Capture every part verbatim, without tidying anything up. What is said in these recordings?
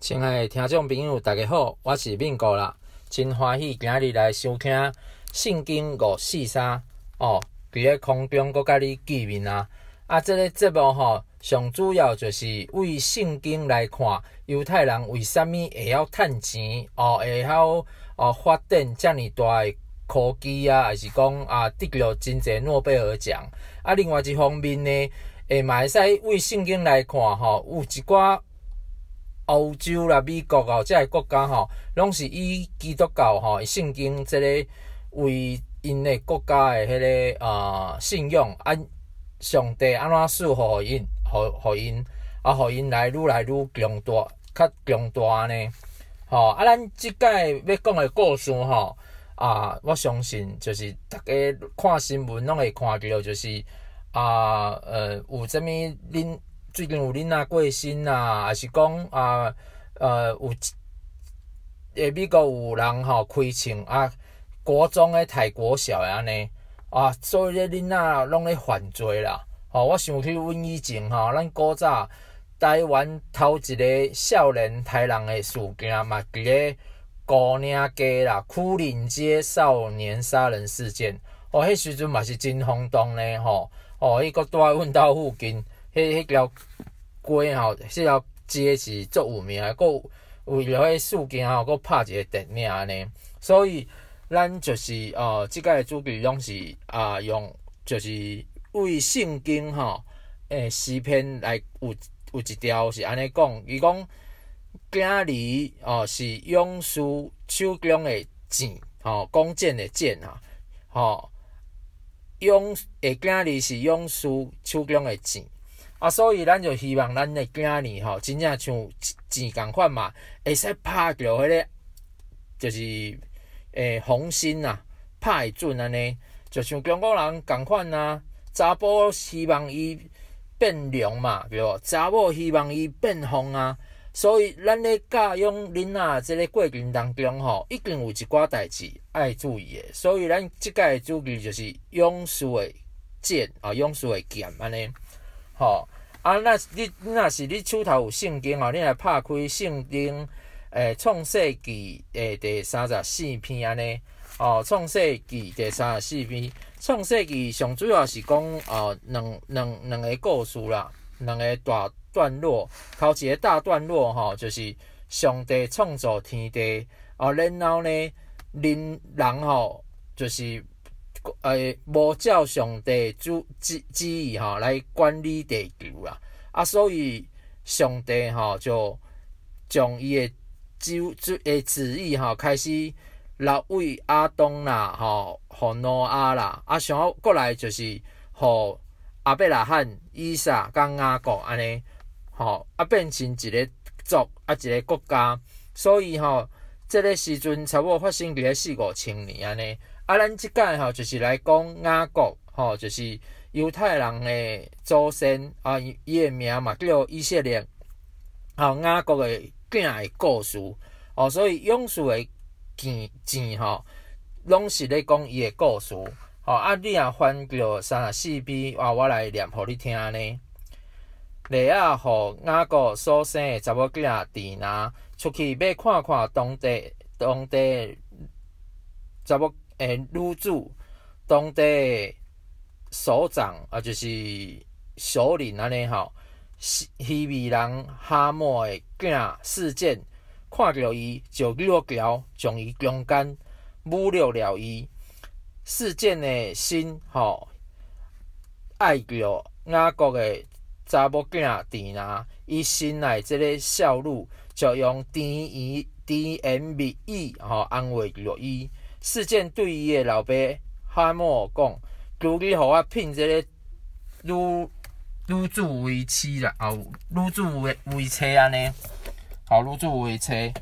亲爱的听众朋友，大家好，我是敏哥啦，真欢喜今日来收听《圣经五四三》哦，伫咧空中搁甲你见面啊！啊，这个节目吼，上主要就是为圣经来看，犹太人为虾米会晓趁钱哦，会晓哦发展遮尔大的科技啊，还是讲啊得到真侪诺贝尔奖啊？另外一方面呢，诶嘛会使为圣经来看吼，有一寡欧洲啦、美国哦，这些国家吼，拢是以基督教吼、圣经这个为因的国家的迄、那个呃信用，啊，上帝安怎赐福予因，互互因啊，互因来愈来愈强大，较强大呢。吼、啊，咱即届要讲的故事吼，啊，我相信就是大家看新闻拢会看到，就是啊，呃，有啥物恁。最近有囡仔过身啊，还是讲啊呃有诶美国有人吼开枪啊，国中诶杀国小诶安尼啊，所以咧囡仔拢咧犯罪啦。吼、哦，我想起阮以前吼，咱古早台湾头一个少年杀人诶事件嘛，伫咧高岭街啦，牯岭街少年杀人事件。哦，迄时阵嘛是真轰动咧吼。哦，迄个住喺阮兜附近。迄迄条街吼，迄条街是足有名诶，佮为了迄事件吼，佮拍一个电影安尼。所以咱就是呃，即个主题拢是啊、呃，用就是为圣经吼诶诗篇来有有一条是安尼讲，伊讲囝儿哦是勇士手中诶剑，吼弓箭诶箭啊，吼勇诶囝儿是勇士手中诶剑。啊，所以咱就希望咱的囝儿吼，真正像钱共款嘛，会使拍着迄个，就是诶红心啊，拍会准安尼，就像中国人共款啊，查甫希望伊变龙嘛，对无？查某希望伊变风啊，所以咱咧教养囡仔即个过程当中吼，一定有一寡代志爱注意的，所以咱即个主题就是勇士的剑啊，勇士的剑安尼。吼、哦、啊！那你若是你手头有圣经哦，你来拍开圣经诶，创世纪诶第三十四篇安尼哦，创世纪第三十四篇，创世纪上主要是讲哦两两两个故事啦，两个大段落。头一个大段落吼、哦，就是上帝创造天地哦，然后呢，人人吼、哦、就是。诶，无照上帝旨旨旨意吼来管理地球啦，啊，所以上帝吼就将伊诶旨旨诶旨意吼开始留为亚当啦，吼，互挪亚啦，啊，上后过来就是互亚伯拉罕、以撒、甲雅各安尼，吼，啊变成一个族啊一个国家，所以吼，即个时阵差不多发生伫咧四五千年安尼。啊，咱即届吼就是来讲雅各吼，就是犹太人的祖先啊，伊的名嘛叫做以色列，吼雅各的囝的故事哦，所以勇士的剑剑吼，拢是咧讲伊的故事。吼啊，你若翻到三十四篇，啊，我来念互你听呢。利亚互雅各所生的查某囝狄拿出去要看看当地当地查某。诶，女主当地首长啊，就是首领安尼吼，希未人哈莫的囝事件，看到伊就掠条，将伊强奸侮辱了伊。事件的心吼，爱着雅各的查某囝狄拿，伊心内即个少女就用甜言甜言蜜语吼安慰着伊。事件对伊的老爸哈莫讲：“求你互我聘这个女女主为妻啦，哦，女主为为妻安尼，好，女主为妻。”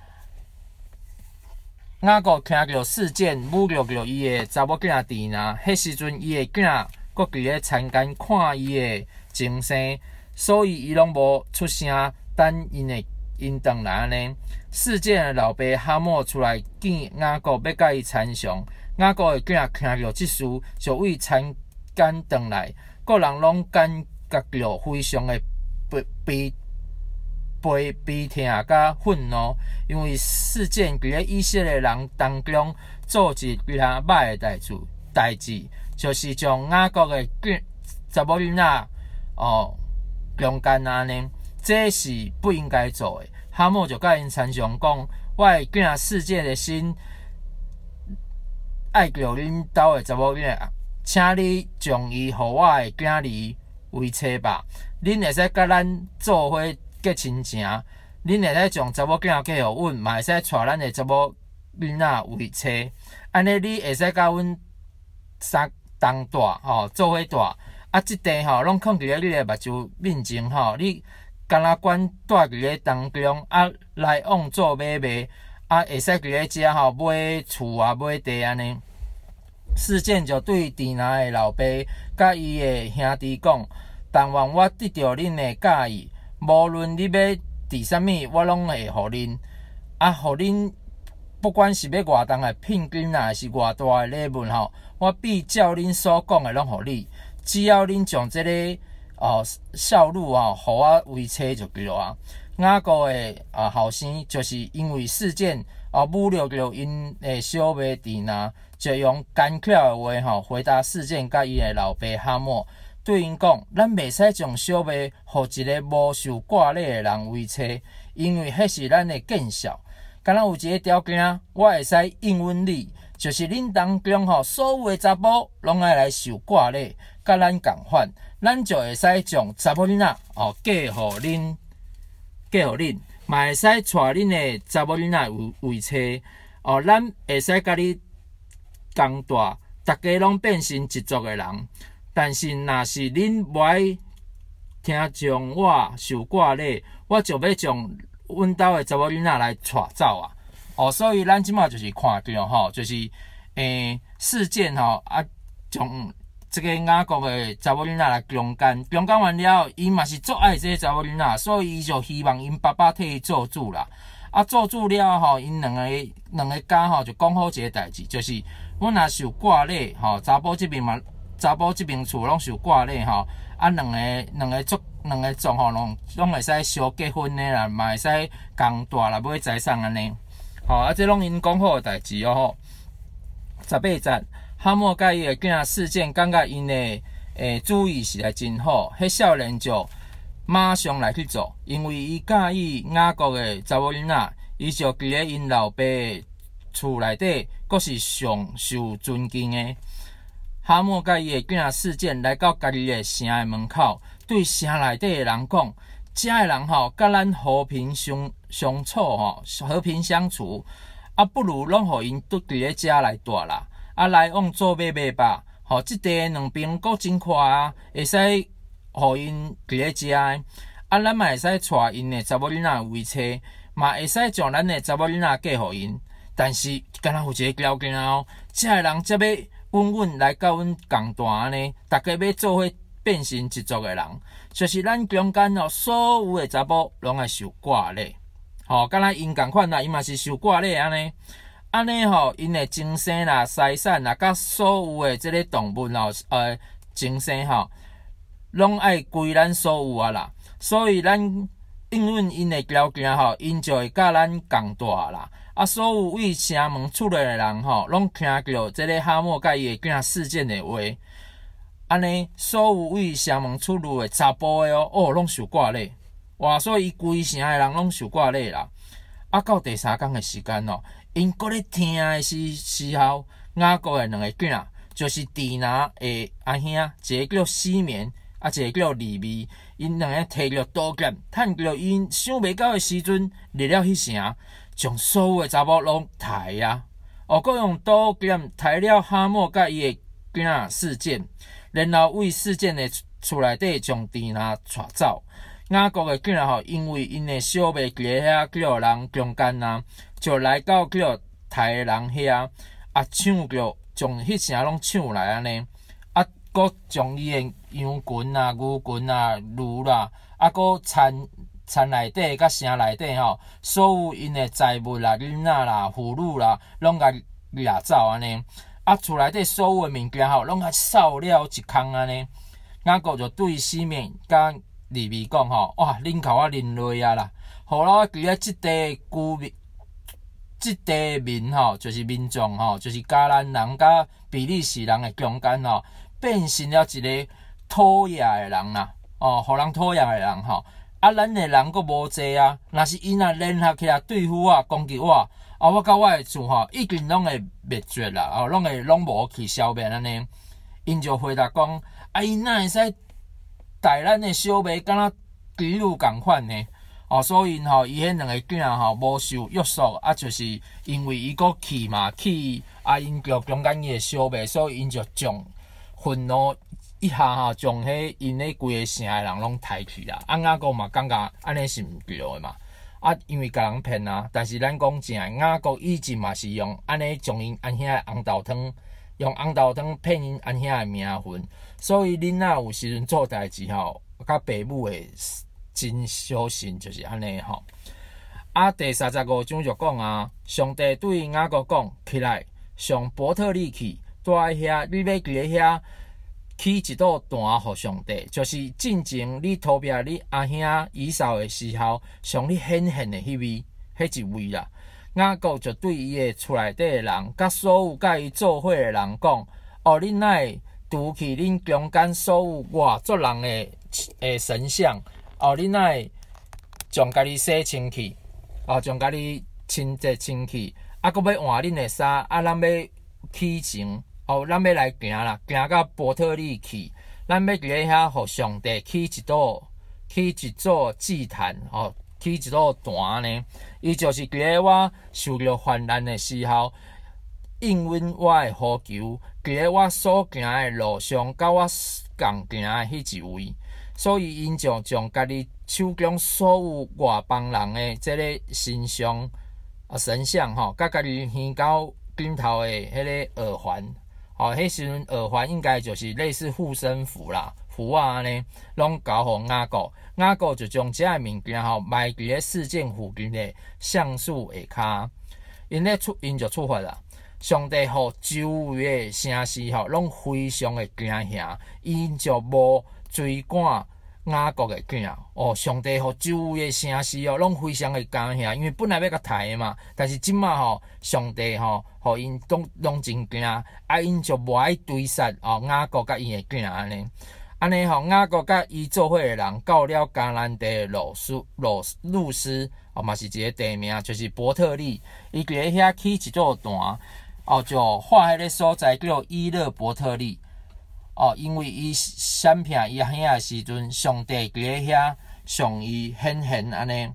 雅各听到事件侮辱着伊的查某囝狄拿，迄时阵伊的囝阁伫咧参间看伊的情生，所以伊拢无出声，等因的因转来安尼。事件的老爸哈莫出来见雅各，要甲伊参详。雅各的囝听到即事，就为参间转来，个人拢感觉着非常的悲悲悲悲痛甲愤怒，因为事件伫咧以色列人当中做一件歹诶代志，代志就是将雅各诶查某囡仔哦强奸安尼，这是不应该做诶。哈莫就甲因参详讲，我诶囝事件诶心爱着恁兜诶查某囡仔，请你将伊互我诶囝儿为妻吧。恁会使甲咱做伙结亲情，恁会使将查某囝仔嫁互阮，嘛会使带咱诶查某囡仔为妻。安尼你会使甲阮三同住吼，做伙住。啊，即地吼拢放伫咧你诶目睭面前吼，你敢若管住伫咧当中，啊来往做买卖，啊会使伫咧遮吼买厝啊买地安尼。事件就对迪娜诶老爸甲伊诶兄弟讲，但愿我得到恁诶介意，无论你要伫啥物，我拢会互恁。啊，互恁不管是要偌重诶聘金啊，还是偌大诶礼物吼，我必照恁所讲诶拢互你。只要恁将即、这个哦少女啊，互我为妻就对啊。雅各诶啊后生就是因为事件啊侮辱着因诶小妹迪娜，就用干巧诶话吼回答事件甲伊诶老爸哈莫，对因讲：咱袂使将小妹互一个无受挂礼诶人为妻，因为迄是咱诶见笑。敢若有一个条件，我会使应允你，就是恁当中吼所有诶查甫拢爱来受挂礼。甲咱共款，咱就会使将查某囡仔哦嫁互恁，嫁互恁，嘛会使带恁的查某囡仔为为妻哦。咱会使甲你共住，大家拢变成一族的人。但是若是恁无爱听从我受挂礼，我就要将阮兜的查某囡仔来带走啊！哦，所以咱即马就是看到吼，就是诶事件吼啊，将。这个雅各的查某囡仔来强奸，强奸完了，伊嘛是足爱这个查某囡仔，所以伊就希望因爸爸替伊做主啦。啊，做主了吼，因两个两个家吼就讲好一个代志，就是阮若受挂礼吼，查甫这边嘛，查甫这边厝拢受挂礼吼，啊，两个两个族两个族吼，拢拢会使相结婚的啦，嘛会使共住啦，买财产安尼。吼，啊，这拢因讲好的代志哦吼。十八节。哈莫甲伊诶囝事件，感觉因诶诶主意实在真好，迄少年就马上来去做，因为伊介意雅各诶查某囡仔，伊就伫咧因老爸诶厝内底，阁是上受尊敬诶。哈莫甲伊诶囝事件来到家己诶城诶门口，对城内底诶人讲：遮诶人吼，甲咱和平相相处吼，和平相处，啊，不如拢互因倒伫咧遮来住啦。啊，来往做买卖吧，吼，即地两边阁真快啊，会使互因伫咧食诶。啊，咱嘛会使带因诶查某囡仔为妻，嘛会使将咱诶查某囡仔嫁互因。但是，敢若有一个条件哦，遮个人则要稳稳来甲阮共住安尼，大家要做伙变成一族诶人，就是咱中间哦，所有诶查甫拢爱受挂礼，吼，敢若因共款啦，因嘛是受挂礼安尼。安尼吼，因诶精神啦、财产啦，甲所有诶即个动物吼，呃，精神吼，拢爱归咱所有啊啦。所以咱应允因诶条件吼，因就会甲咱共住啦。啊，所有为城门出来诶人吼，拢听到即个哈莫甲伊诶囝事件诶话。安尼，所有为城门出入诶查甫诶哦，哦，拢受挂礼。哇，所以伊规城诶人拢受挂礼啦。啊，到第三天诶时间哦。因搁咧听诶时时候，雅各诶两个囝，就是迪拿诶阿兄，一个叫西缅，啊，一个叫利未。因两个摕着刀剑，趁着因想袂到诶时阵，入了迄城，将所有诶查某拢杀啊！哦，搁用刀剑杀了哈莫甲伊诶囝事件，然后为事件诶厝内底将迪拿带走。雅各诶囝吼，因为因诶小妹伫咧遐叫人强奸啊。就来到叫台人遐，啊抢着将迄城拢抢来安尼，啊，搁将伊诶羊群啊、牛群啊、驴啦，啊，搁田田内底甲城内底吼，所有因诶财物啦、囡仔啦、妇女啦，拢甲掠走安尼，啊，厝内底所有诶物件吼，拢甲扫了一空安尼。雅各就对西面甲利未讲吼，哇，恁甲我认落啊啦！ 互咱伫咧即地居民。即地民吼，就是民众吼，就是迦南人甲比利时人的中间吼，变成了一个讨厌的人啦。哦，互人讨厌的人吼，啊，咱的人阁无济啊。若是因若联合起来对付我、攻击我，啊，我甲我的厝吼，一定拢会灭绝啦，哦，拢会拢无去消灭安尼。因就回答讲，啊，因哪会使带咱的小妹，敢若基督共款呢？哦，所以吼，伊迄两个囝吼无受约束，啊，就是因为伊个气嘛，气啊，因着中间伊的小妹，所以因就将愤怒一下吼，将迄因咧规个城的人拢抬去啦。啊，雅各嘛感觉安尼是毋对的嘛，啊，因为甲人骗啊。但是咱讲正，雅各以前嘛是用安尼将因安兄的红豆汤，用红豆汤骗因安兄的名分，所以恁若有时阵做代志吼，甲爸母会。真小心就是安尼吼。啊，第三十五章就讲啊，上帝对雅各讲：起来，上伯特利去，住喺遐，你要伫咧遐起一道坛互上帝，就是进前你投别你阿兄以扫的时候，上你显现的迄位，迄一位啦。雅各就对伊的厝内底的人，甲所有甲伊做伙的人讲：哦，恁哪会除去恁中间所有外族人的诶神像？哦，恁哪会将家己洗清气？哦，将家己清洁清气，啊，搁要换恁的衫，啊，咱要起程，哦，咱要来行啦，行到伯特利去，咱要伫咧遐，互上帝起一道，起一座祭坛，哦，起一道坛呢。伊就是伫咧我受着患难的时候，应允我的呼求，伫咧我所行的路上，甲我共行的迄一位。所以，因就将家己手中所有外邦人的这个神像啊神像吼，甲家己耳到顶头的迄个耳环，吼，迄时阵耳环应该就是类似护身符啦，符啊安尼，拢交互雅各，雅各就将这个物件吼埋伫咧事件附近的橡树下骹，因咧出因就出发啦。上帝互周围的城市吼，拢非常的惊吓，因就无。追赶雅各的囝哦，上帝互周围的城市哦，拢非常的惊吓，因为本来要甲杀嘛，但是即马吼，上帝吼，互因拢拢真惊，啊，因就无爱追杀哦雅各甲伊的囝安尼，安尼吼，雅各甲伊做伙的人到了迦南地的路斯路路斯哦，嘛是一个地名，就是伯特利，伊伫咧遐起一座坛哦，就画迄个所在叫做伊勒伯特利。哦，因为伊闪骗伊兄的时阵，上帝伫咧遐向伊显现安尼。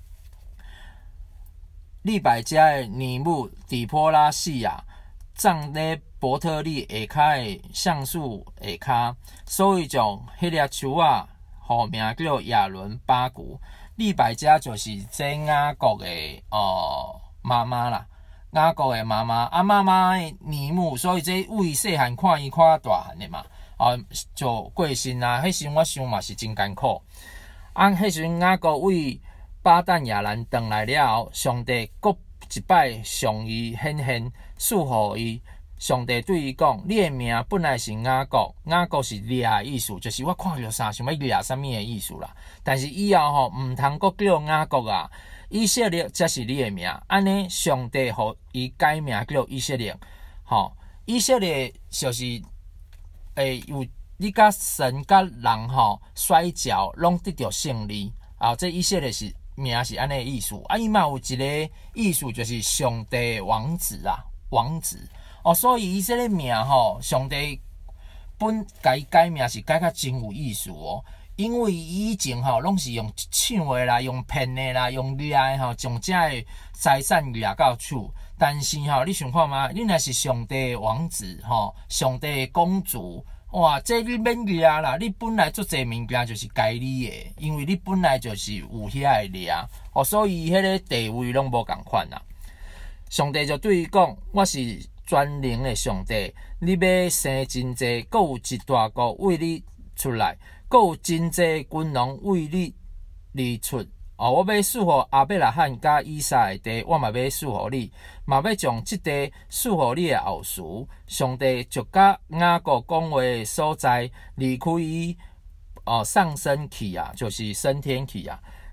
利百加的尼姆底波拉西亚葬咧伯特利下骹的橡树下骹，所以将迄粒树啊，号名叫做亚伦巴古。利百加就是这雅各的哦妈妈啦。雅各的妈妈，啊妈妈的尼姆，所以这为细汉看伊看到大汉的嘛，啊就过身啊。迄时阵我想嘛是真艰苦。啊，迄时阵雅各为巴旦亚兰回来了后，上帝搁一摆向伊显现，赐予伊。上帝对伊讲：“你的名本来是雅各，雅各是掠的意思，就是我看到啥想要掠啥物的意思啦。但是以后吼，毋通搁叫雅各啊。”以色列才是你的名，安尼上帝互伊改名叫以色列。吼，以色列就是诶有你甲神甲人吼摔跤拢得到胜利。啊，这以色列是名是安尼意思。啊，伊嘛有一个意思就是上帝王子啊，王子。哦，所以以色列名吼，上帝本甲伊改名是改较真有意思哦。因为以前吼拢是用抢的啦，用骗的啦，用掠的吼，将这的财产掠到手。但是吼，你想看嘛？你若是上帝的王子吼，上帝的公主，哇，这你免掠啦！你本来做这物件就是该你的，因为你本来就是有遐的掠哦，所以迄个地位拢无共款啦。上帝就对伊讲：“我是全能的上帝，你要生真济，阁有一大国为你出来。”阁有真济军龙为你而出哦！我要赐予亚伯拉罕甲以撒的地，我嘛要赐予你，嘛要将即地赐予你的后嗣。上帝就甲雅各讲话的所在离开伊哦，上升去啊，就是升天去啊。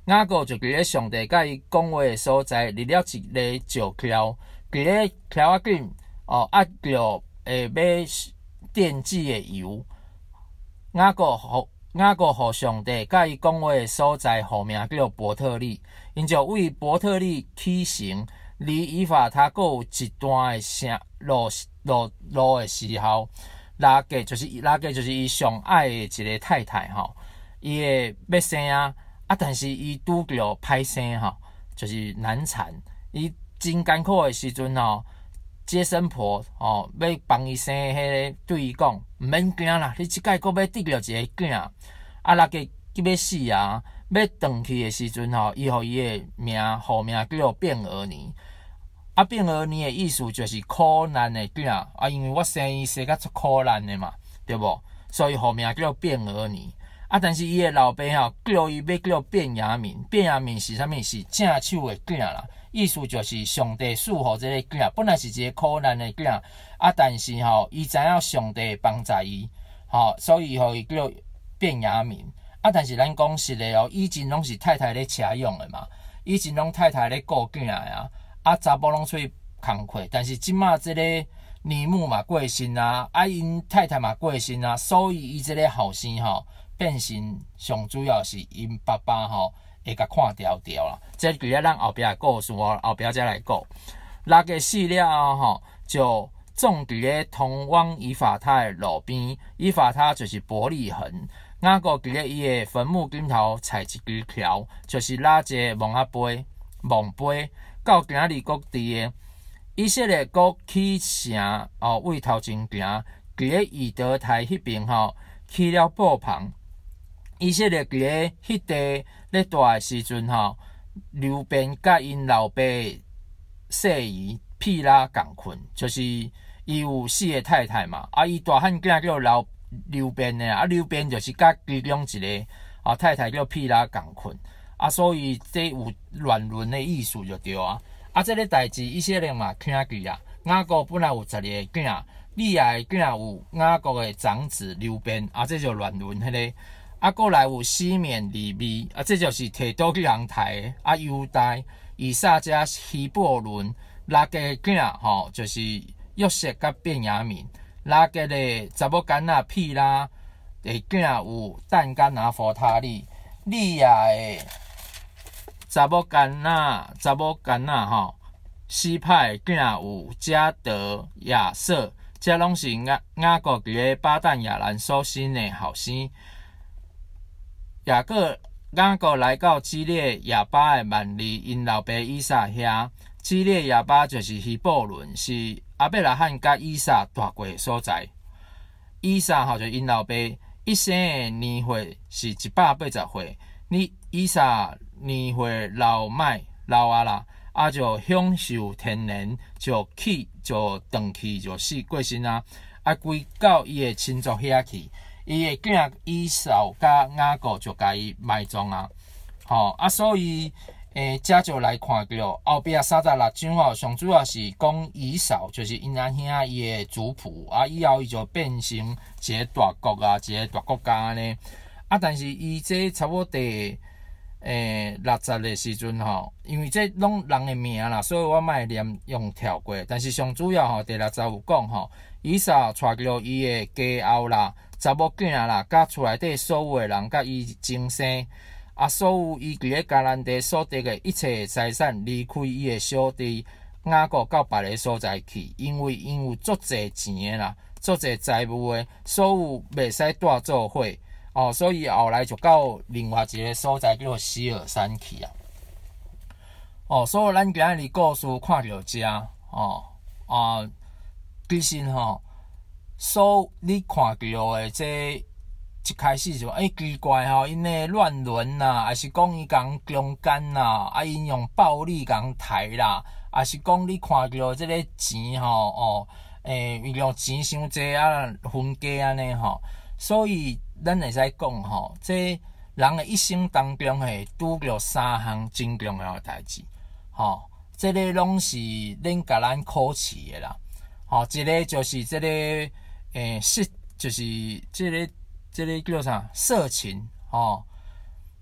雅各就伫咧上帝甲伊讲话的所在立了一个石桥，伫咧桥仔顶哦压着会买奠祭的油。雅各互雅各互上帝甲伊讲话的所在，号名叫做伯特利，因就为伯特利起城，离以法他阁有一段的城路路路的时候，拉结就是拉结就是伊上爱的一个太太吼，伊会要生啊。啊！但是伊拄着歹生吼，就是难产。伊真艰苦的时阵吼，接生婆吼要帮伊生迄个，对伊讲：毋免惊啦，你即摆阁要得着一个囝。啊，那个要死啊！要转去的时阵吼，伊互伊的名号名叫做变儿尼。啊，变儿尼的意思就是苦难的囝啊，因为我生伊生甲出苦难的嘛，对无？所以号名叫做变儿尼。啊！但是伊的老爸吼叫伊要叫卞雅悯，卞雅悯是啥物？是正手的囝啦。意思就是上帝赐予这个囝，本来是一个苦难的囝，啊，但是吼伊知影上帝帮助伊，吼，所以互伊叫卞雅悯。啊，但是咱讲实的哦，以前拢是太太咧车用的嘛，以前拢太太咧顾囝的啊，啊查甫拢出去工课，但是即马即个年母嘛过身啊，啊因太太嘛过身啊，所以伊即个后生吼。变成上主要是因爸爸吼会甲看条条啦，这伫咧咱后壁的故事哦，后壁才来讲。六个死了吼，就种伫咧通往以法他的路边，以法他就是伯利恒。雅各伫咧伊的坟墓顶头踩一支桥，就是拉一个墓仔碑，墓碑到今日各地的以色列国起城哦，为头前行，伫咧以德台迄边吼起了布棚。以色列伫咧迄地咧住的时阵吼，流便甲因老爸细姨毗拉共困，就是伊有四个太太嘛，啊，伊大汉囝叫老流便的，啊，流便就是甲其中一个啊太太叫毗拉共困，啊，所以这有乱伦的意思就对啊。啊，这个代志以色列嘛听去啊，雅各本来有十二个囝，利亚的囝有雅各的长子流便，啊，这就乱伦迄个。啊，过来有西缅利未，啊，这就是摕倒去人刣的。啊，犹大、以撒加、希伯伦，六个囝吼，就是约瑟甲便雅悯。六个的查某囡仔毗拉的囝有但甲拿弗他利，利亚的查某囡仔、查某囡仔吼，西派的囝有加德、亚瑟，这拢是雅雅各伫咧巴旦亚兰所生的后生。雅各雅各来到基列亚巴的万里，因老爸以撒遐。基列亚巴就是希伯伦，是阿伯拉罕甲以撒住过的所在。以撒吼就因老爸一生的年岁是一百八十岁，你以撒年岁老迈老啊啦，啊就享受天年，就去就转去就死过身啊，啊归到伊的亲族遐去。伊的囝以扫甲雅各就甲伊埋葬啊，吼啊，所以诶，遮就来看到后壁三十六章哦，上主要是讲以扫，就是因阿兄伊的族谱啊，以后伊就变成一个大国啊，一个大国家安尼啊，但是伊这差不多诶六十的时阵吼，因为这拢人的名啦，所以我莫念用跳过，但是上主要吼第六十有讲吼，以扫带着伊的家后啦。查某囝啦，甲厝内底所有的人，甲伊争生，啊，所有伊伫咧迦南地所得的一切财产，离开伊的小弟雅各到别个所在去，因为因有足侪钱的啦，足侪财务的，所有袂使带做伙哦，所以后来就到另外一个所在叫做希尔山去啊。哦，所以咱今日故事看到遮哦啊，其实吼。所你看到的这一开始就诶、欸、奇怪吼，因诶乱伦啦，还是讲伊共强奸啦，啊因用暴力共刣啦，还是讲你看到这个钱吼哦，诶、欸、用钱伤济啊分家安尼吼，所以咱会使讲吼，这人诶一生当中会拄着三项真重要诶代志，吼，这个拢是恁甲咱考试诶啦，吼，一个就是这个。诶，是就是这个这个叫啥色情哦，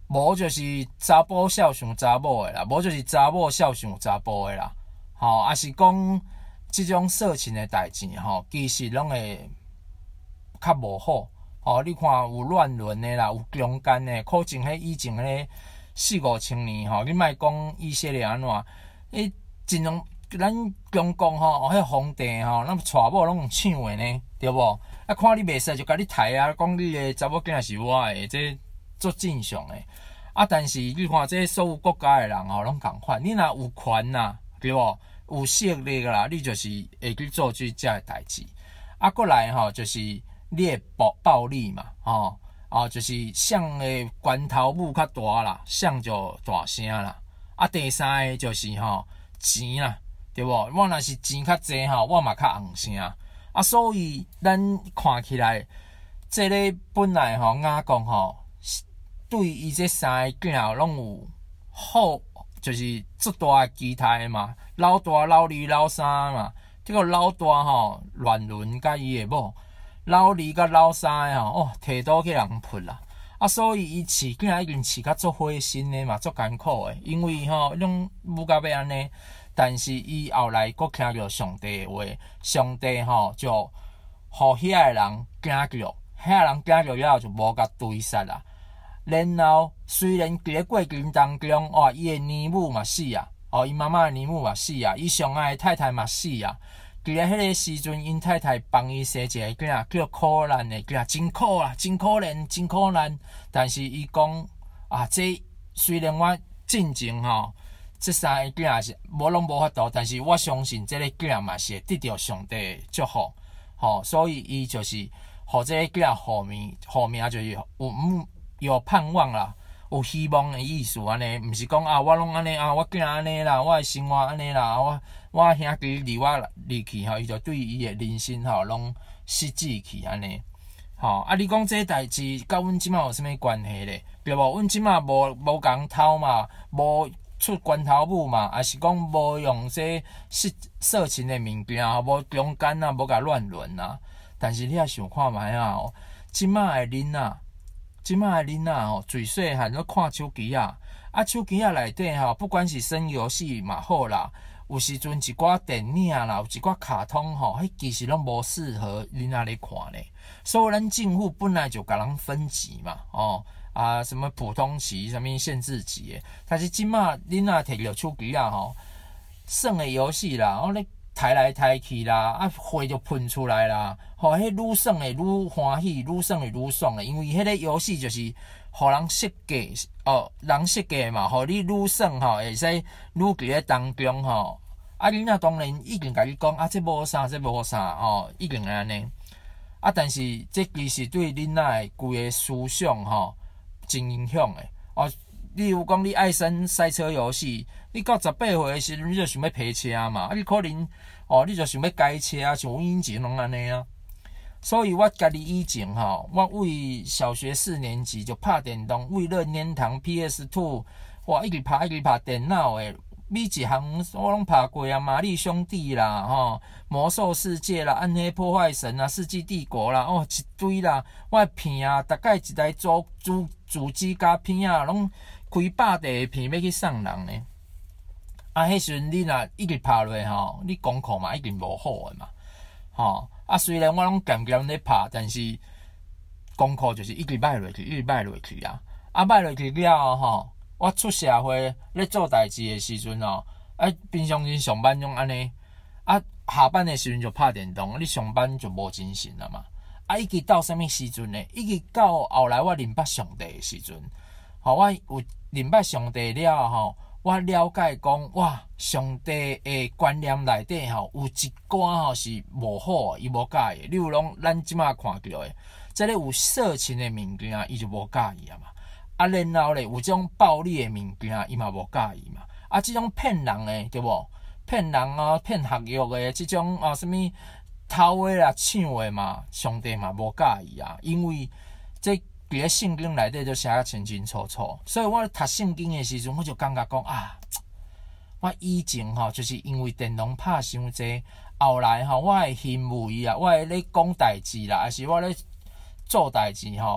无就是查甫孝顺查某诶啦，无就是查某孝顺查甫诶啦。吼、哦，也是讲即种色情诶代志吼，其实拢会较无好。吼、哦，你看有乱伦诶啦，有强奸诶，可能迄以前迄四五千年吼，你莫讲以色列安怎，迄真拢咱中国吼，迄皇帝吼，咱娶某拢用抢诶呢，对无？啊，看你袂使就甲你抬啊，讲你诶查某囝是我诶，这足正常诶。啊，但是你看这所有国家诶人吼，拢共款，你若有权啦，对无？有势力啦，你就是会去做这遮诶代志。啊，过来吼，就是你诶暴暴力嘛，吼、哦，就是想诶拳头母较大啦，想就大声啦。啊，第三个就是吼钱啦，对无？我若是钱较济吼，我嘛较红声。啊，所以咱看起来，这个本来吼雅讲吼，对伊这三个囝拢有好，就是足大的期待嘛。老大、老二、老三嘛，这个老大吼乱伦甲伊的某，老二甲老三的吼哦摕刀去人扑啦。啊，所以伊饲囝已经饲甲足灰心的嘛，足艰苦的，因为吼拢母甲要安尼。但是伊后来佫听着上帝的话，上帝吼就互遐个人惊着，遐个人惊着了后就无甲追杀啦。然后虽然伫咧过程当中，哦，伊的年母嘛死啊，哦，伊妈妈的年母嘛死啊，伊上爱的太太嘛死啊。伫咧迄个时阵，因太太帮伊生一个囝，叫可怜的囝，真苦啦，真可怜，真可怜。但是伊讲啊，这虽然我进前吼。这三个囝是无拢无法度，但是我相信这个囝嘛是会得到上帝祝福，吼、哦，所以伊就是互这个囝后面后面就是有嗯有盼望啦，有希望的意思安尼，毋是讲啊我拢安尼啊，我囝安尼啦，我的生活安尼啦，我我兄弟离我离去吼，伊就对伊的人生吼拢失志去安尼，吼、哦、啊！你讲这代志甲阮即马有啥物关系咧？对无？阮即马无无共偷嘛，无。出拳头母嘛，还是讲无用这色色情的物件，无强奸啊，无甲乱伦啊。但是你也想看觅啊，哦，即马的囡仔，即马的囡仔吼，最细汉都看手机啊，啊手机啊内底吼，不管是耍游戏嘛好啦，有时阵一寡电影啦，有一寡卡通吼，迄其实拢无适合囡仔咧看咧。所以咱政府本来就甲人分级嘛，哦。啊，什么普通级、什么限制级的，但是即马恁若摕着手机啊吼，耍的游戏啦，哦咧抬来抬去啦，啊火就喷出来啦，吼、哦，迄愈耍的愈欢喜，愈耍的愈爽的，因为迄个游戏就是互人设计哦，人设计嘛，互你愈耍吼，会使愈伫咧当中吼，啊恁若当然已经甲你讲啊，这无啥，这无啥吼，已经安尼，啊但是这其实对恁仔的规个思想吼。真影响诶！哦，例如讲你爱玩赛车游戏，你到十八岁诶时阵，你就想要赔车嘛？啊，你可能哦，你就想要改车啊，像阮以前拢安尼啊。所以我家己以前吼，我为小学四年级就拍电动，为任天堂 P S 二，哇，一直拍一直拍电脑诶。每一项我拢拍过啊，玛丽兄弟啦，吼，魔兽世界啦，暗黑破坏神啊，世纪帝国啦，哦，一堆啦，我的片啊，大概一台主主主机加片啊，拢开百地的片要去送人呢。啊，迄时阵你若一直拍落吼，你功课嘛已经无好诶嘛，吼，啊，虽然我拢渐渐咧拍，但是功课就是一直歹落去，一直歹落去啊，啊，歹落去了吼。我出社会咧做代志的时阵哦，啊，平常时上班种安尼，啊，下班的时阵就拍电动，你上班就无精神了嘛。啊，一直到什么时阵呢？一直到后来我认捌上帝的时阵，吼，我有认捌上帝了吼，我了解讲哇，上帝的观念内底吼有一寡吼是无好，伊无介意。例如讲，咱即马看到的，即个有色情的物件，伊就无介意啊嘛。啊，然后咧有即种暴力的物件，伊嘛无介意嘛。啊，即种骗人的对无？骗人啊，骗学育的即种啊，什物偷的啦、抢的嘛，上帝嘛无介意啊。因为这伫咧圣经内底就写得清清楚楚。所以我读圣经的时阵，我就感觉讲啊，我以前吼就是因为电动拍伤济，后来吼我的行为啊，我咧讲代志啦，还是我咧做代志吼。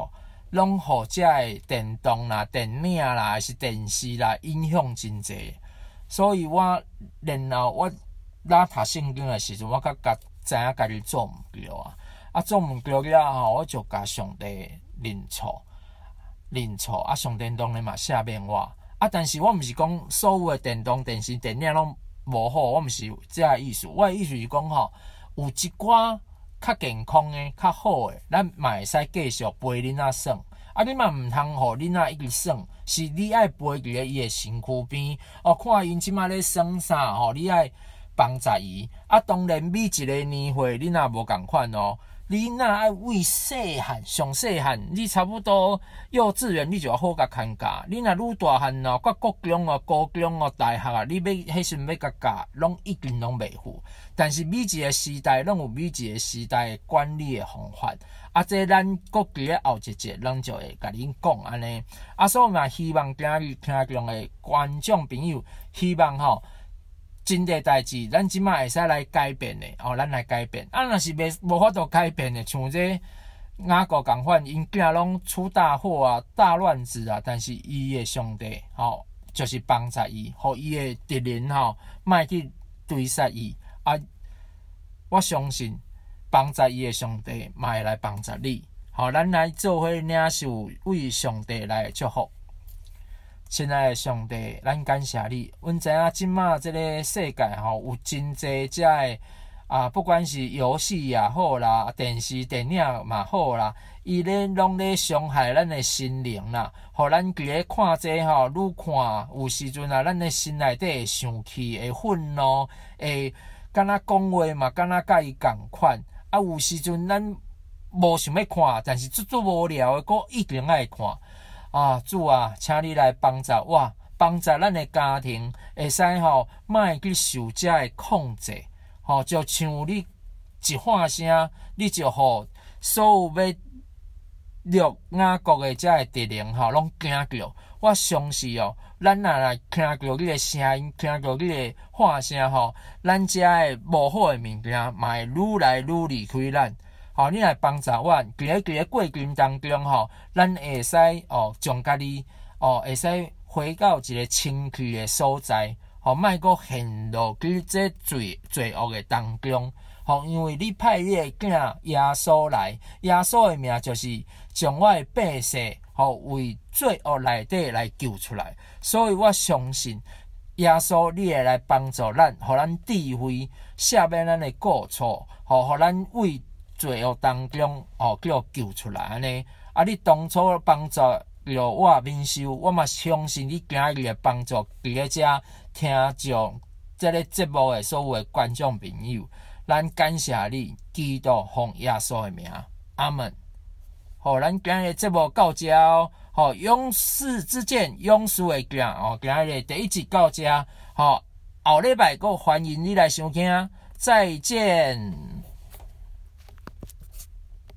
拢互遮个电动啦、电影啦，还是电视啦影响真济。所以我然后我拉读圣经的时阵，我较甲知影家己做毋对啊，啊做毋对了吼，我就甲上帝认错。认错啊！上电动咧嘛赦免我啊！但是我毋是讲所有的电动、电视、电影拢无好，我毋是这个意思。我的意思是讲吼，有一寡较健康的、较好的，咱嘛会使继续陪囡仔耍。啊，你嘛毋通互囡仔一直耍，是你爱陪伫咧伊的身躯边哦，看因即马咧耍啥吼，你爱帮助伊。啊，当然每一个年岁你若无共款哦。你若爱为细汉上细汉，你差不多幼稚园你就要好甲看教。你若愈大汉哦，到国中哦、高中哦、大学啊，你要迄时要甲教，拢一定拢袂赴。但是每一个时代拢有每一个时代的管理的方法。啊，这咱国伫咧后一节，咱就会甲恁讲安尼。啊，所以嘛，希望今日听众的观众朋友，希望吼。真侪代志，咱即马会使来改变的哦，咱来改变。啊，若是袂无法度改变的，像这雅各共款，因囝拢出大祸啊、大乱子啊，但是伊的上帝吼、哦，就是帮助伊，互伊的敌人吼，莫去追杀伊。啊，我相信帮助伊的上帝，嘛会来帮助你。好、哦，咱来做伙领受为上帝来祝福。亲爱的上帝，咱感谢你。阮知影即马即个世界吼，有真侪遮个啊，不管是游戏也好啦，电视、电影嘛好啦，伊咧拢咧伤害咱的心灵啦。互咱伫咧看这吼，愈看有时阵啊，咱的心内底会生气、会愤怒、会敢若讲话嘛，敢若甲伊共款。啊，有时阵咱无想要看，但是足足无聊的，佫一定爱看。啊，主啊，请你来帮助我，帮助咱的家庭，会使吼，莫去受遮的控制，吼、哦，就像你一喊声，你就互所有要掠雅各的遮的敌人吼，拢惊叫。我相信哦，咱若来听到你的声音，听到你的喊声吼，咱遮的无好的物件，嘛会愈来愈离开咱。吼，你来帮助我，伫咧伫咧过程当中吼，咱会使哦，将家己哦，会使回到一个清气的所在，吼，莫阁陷落去这罪罪恶的当中，吼，因为你派你的囝耶稣来，耶稣的名就是将我的百姓吼为罪恶内底来救出来，所以我相信耶稣你会来帮助咱，互咱智慧赦免咱的过错，吼，互咱为罪恶当中，哦，叫救出来安尼。啊，你当初帮助着我免受，我嘛相信你今日的帮助，伫咧遮听众这个节目的所有的观众朋友，咱感谢你，基督奉耶稣的名，阿门。好，咱今日的节目到遮哦。好，勇士之剑，勇士的剑哦，今日第一集到遮。好，后礼拜阁欢迎你来收听，再见。